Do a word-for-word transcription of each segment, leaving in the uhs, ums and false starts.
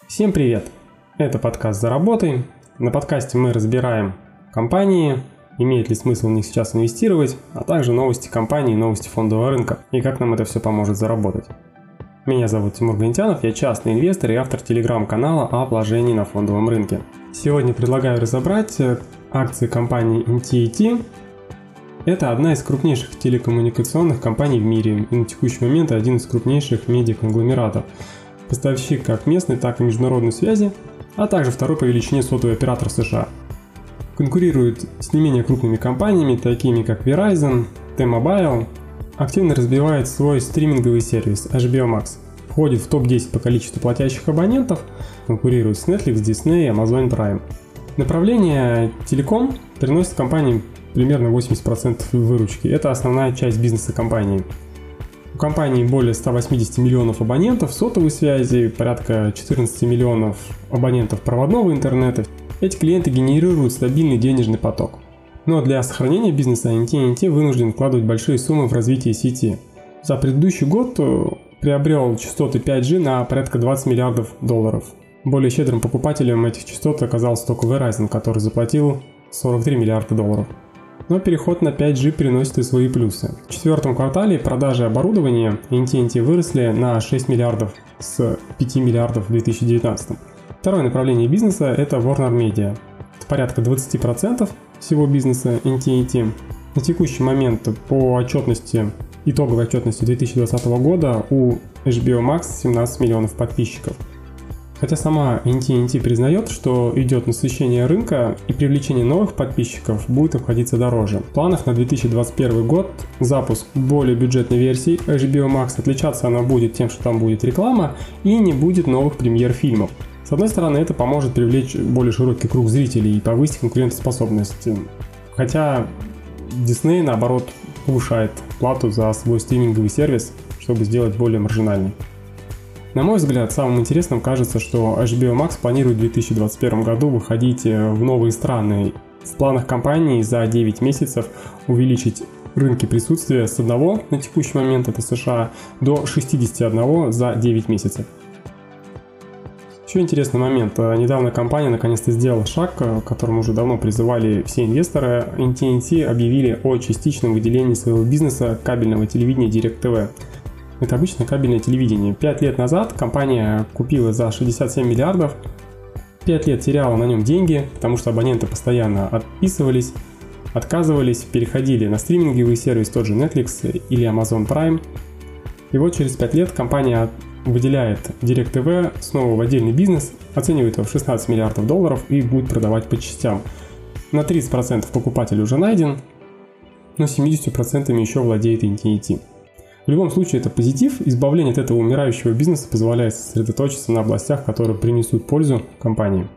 Всем привет! Это подкаст «Заработай». На подкасте мы разбираем компании, имеет ли смысл в них сейчас инвестировать, а также новости компаний, новости фондового рынка и как нам это все поможет заработать. Меня зовут Тимур Ганитянов, я частный инвестор и автор телеграм-канала о вложении на фондовом рынке. Сегодня предлагаю разобрать акции компании эн ти и ти. Это одна из крупнейших телекоммуникационных компаний в мире и на текущий момент один из крупнейших медиаконгломератов. Поставщик как местной, так и международной связи, а также второй по величине сотовый оператор в США. Конкурирует с не менее крупными компаниями, такими как Verizon, T-Mobile, активно развивает свой стриминговый сервис эйч би о Max, входит в топ десять по количеству платящих абонентов, конкурирует с Netflix, Disney и Amazon Prime. Направление телеком приносит компании примерно восемьдесят процентов выручки, это основная часть бизнеса компании. У компании более ста восьмидесяти миллионов абонентов сотовой связи, порядка четырнадцати миллионов абонентов проводного интернета. Эти клиенты генерируют стабильный денежный поток. Но для сохранения бизнеса эн ти и ти вынужден вкладывать большие суммы в развитие сети. За предыдущий год приобрел частоты пять джи на порядка двадцати миллиардов долларов. Более щедрым покупателем этих частот оказался только Verizon, который заплатил сорок три миллиарда долларов. Но переход на пять джи приносит и свои плюсы. В четвертом квартале продажи оборудования эн ти и ти выросли на шесть миллиардов с пяти миллиардов в две тысячи девятнадцатом. Второе направление бизнеса – это Warner Media. Это порядка двадцать процентов всего бизнеса эн ти и ти. На текущий момент по отчетности, итоговой отчетности две тысячи двадцатого года у эйч би о Max семнадцать миллионов подписчиков. Хотя сама эн ти и ти признает, что идет насыщение рынка и привлечение новых подписчиков будет обходиться дороже. В планах на две тысячи двадцать первый год запуск более бюджетной версии эйч би о Max. Отличаться она будет тем, что там будет реклама и не будет новых премьер фильмов. С одной стороны, это поможет привлечь более широкий круг зрителей и повысить конкурентоспособность. Хотя Disney, наоборот, повышает плату за свой стриминговый сервис, чтобы сделать более маржинальный. На мой взгляд, самым интересным кажется, что эйч би о Max планирует в две тысячи двадцать первом году выходить в новые страны. В планах компании за девять месяцев увеличить рынки присутствия с одного на текущий момент, это США, до шестидесяти одного за девять месяцев. Еще интересный момент. Недавно компания наконец-то сделала шаг, к которому уже давно призывали все инвесторы. эн ти и ти объявили о частичном выделении своего бизнеса кабельного телевидения DirecTV. Это обычное кабельное телевидение. Пять лет назад компания купила за шестьдесят семь миллиардов. Пять лет теряла на нем деньги, потому что абоненты постоянно отписывались, отказывались, переходили на стриминговый сервис, тот же Netflix или Amazon Prime. И вот через пять лет компания выделяет DirecTV снова в отдельный бизнес, оценивает его в шестнадцать миллиардов долларов и будет продавать по частям. На тридцать процентов покупатель уже найден, но семьдесят процентов еще владеет эн ти и ти. В любом случае это позитив, избавление от этого умирающего бизнеса позволяет сосредоточиться на областях, которые принесут пользу компании.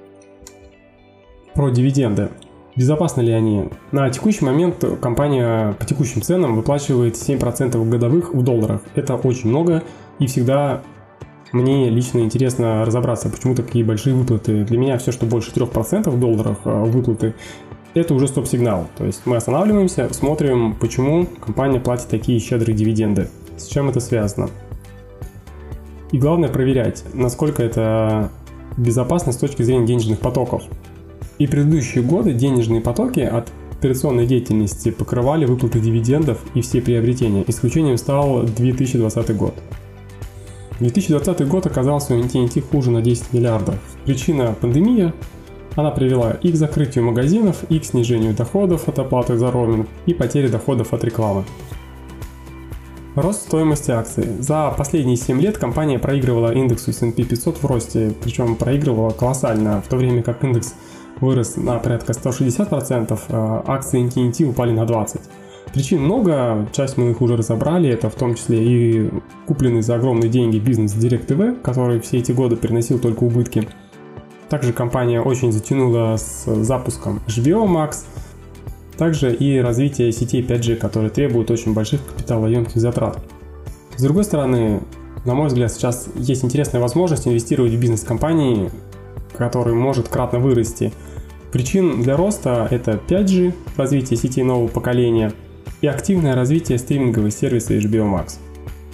Про дивиденды. Безопасны ли они? На текущий момент компания по текущим ценам выплачивает семь процентов годовых в долларах. Это очень много, и всегда мне лично интересно разобраться, почему такие большие выплаты. Для меня все, что больше трёх процентов в долларах выплаты, это уже стоп-сигнал. То есть мы останавливаемся, смотрим, почему компания платит такие щедрые дивиденды, с чем это связано. И главное проверять, насколько это безопасно с точки зрения денежных потоков. И предыдущие годы денежные потоки от операционной деятельности покрывали выплаты дивидендов и все приобретения. Исключением стал две тысячи двадцатый год. две тысячи двадцатый год оказался у эн ти и ти хуже на десять миллиардов. Причина – пандемия. Она привела и к закрытию магазинов, и к снижению доходов от оплаты за роуминг, и потере доходов от рекламы. Рост стоимости акций. За последние семь лет компания проигрывала индексу эс энд пи пятьсот в росте, причем проигрывала колоссально, в то время как индекс вырос на порядка ста шестидесяти процентов, а акции эн ти и ти упали на двадцать процентов. Причин много, часть мы их уже разобрали, это в том числе и купленный за огромные деньги бизнес DirecTV, который все эти годы приносил только убытки. Также компания очень затянула с запуском эйч би о Max, также и развитие сетей пять джи, которые требуют очень больших капиталоемких затрат. С другой стороны, на мой взгляд, сейчас есть интересная возможность инвестировать в бизнес компании, который может кратно вырасти. Причин для роста – это пять джи, развитие сетей нового поколения и активное развитие стримингового сервиса эйч би о Max.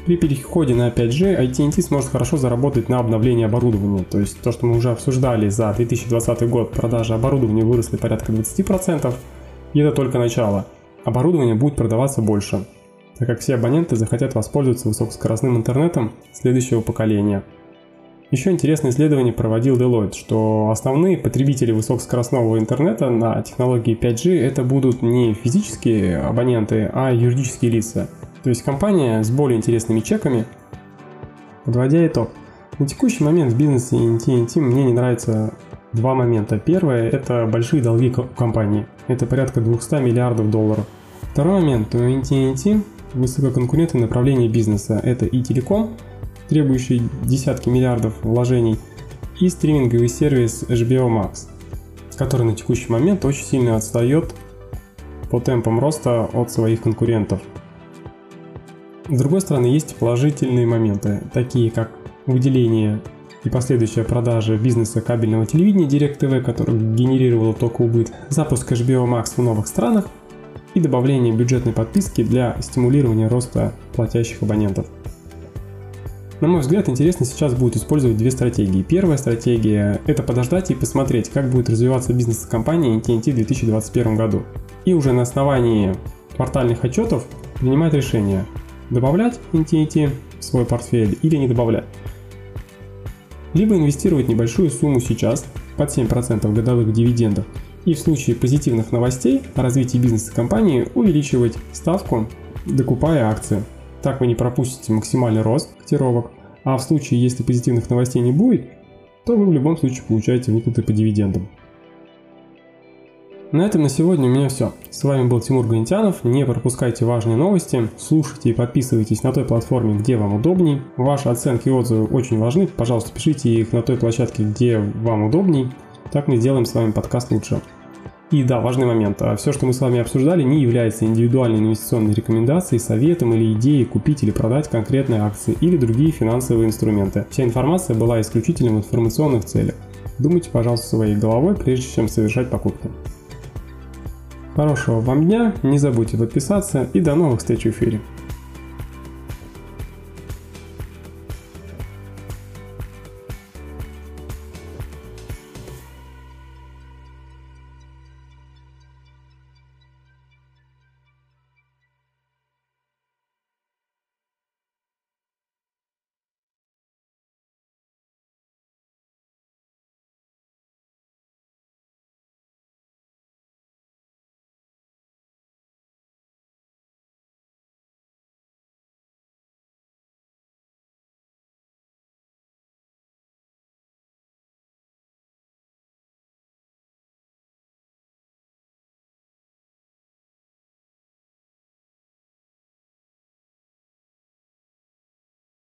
При переходе на пять джи эй ти энд ти сможет хорошо заработать на обновлении оборудования. То есть то, что мы уже обсуждали, за две тысячи двадцатый год продажи оборудования выросли порядка двадцать процентов, и это только начало. Оборудование будет продаваться больше, так как все абоненты захотят воспользоваться высокоскоростным интернетом следующего поколения. Еще интересное исследование проводил Deloitte, что основные потребители высокоскоростного интернета на технологии пять джи это будут не физические абоненты, а юридические лица. То есть компания с более интересными чеками. Подводя итог, на текущий момент в бизнесе эй ти энд ти мне не нравится два момента. Первое – это большие долги компании. Это порядка двести миллиардов долларов. Второй момент – у эй ти энд ти высококонкурентное направление бизнеса. Это и телеком, требующий десятки миллиардов вложений, и стриминговый сервис эйч би о Max, который на текущий момент очень сильно отстает по темпам роста от своих конкурентов. С другой стороны, есть положительные моменты, такие как выделение и последующая продажа бизнеса кабельного телевидения DirecTV, который генерировало только убыток, запуск эйч би о Max в новых странах и добавление бюджетной подписки для стимулирования роста платящих абонентов. На мой взгляд, интересно сейчас будет использовать две стратегии. Первая стратегия – это подождать и посмотреть, как будет развиваться бизнес компании эй ти энд ти в две тысячи двадцать первом году. И уже на основании квартальных отчетов принимать решение – добавлять эй ти энд ти в свой портфель или не добавлять. Либо инвестировать небольшую сумму сейчас под семь процентов годовых дивидендов и в случае позитивных новостей о развитии бизнеса компании увеличивать ставку, докупая акции. Так вы не пропустите максимальный рост котировок, а в случае, если позитивных новостей не будет, то вы в любом случае получаете выплаты по дивидендам. На этом на сегодня у меня все. С вами был Тимур Гаентянов. Не пропускайте важные новости, слушайте и подписывайтесь на той платформе, где вам удобней. Ваши оценки и отзывы очень важны. Пожалуйста, пишите их на той площадке, где вам удобней. Так мы сделаем с вами подкаст лучше. И да, важный момент. Все, что мы с вами обсуждали, не является индивидуальной инвестиционной рекомендацией, советом или идеей купить или продать конкретные акции или другие финансовые инструменты. Вся информация была исключительно в информационных целях. Думайте, пожалуйста, своей головой, прежде чем совершать покупки. Хорошего вам дня, не забудьте подписаться и до новых встреч в эфире.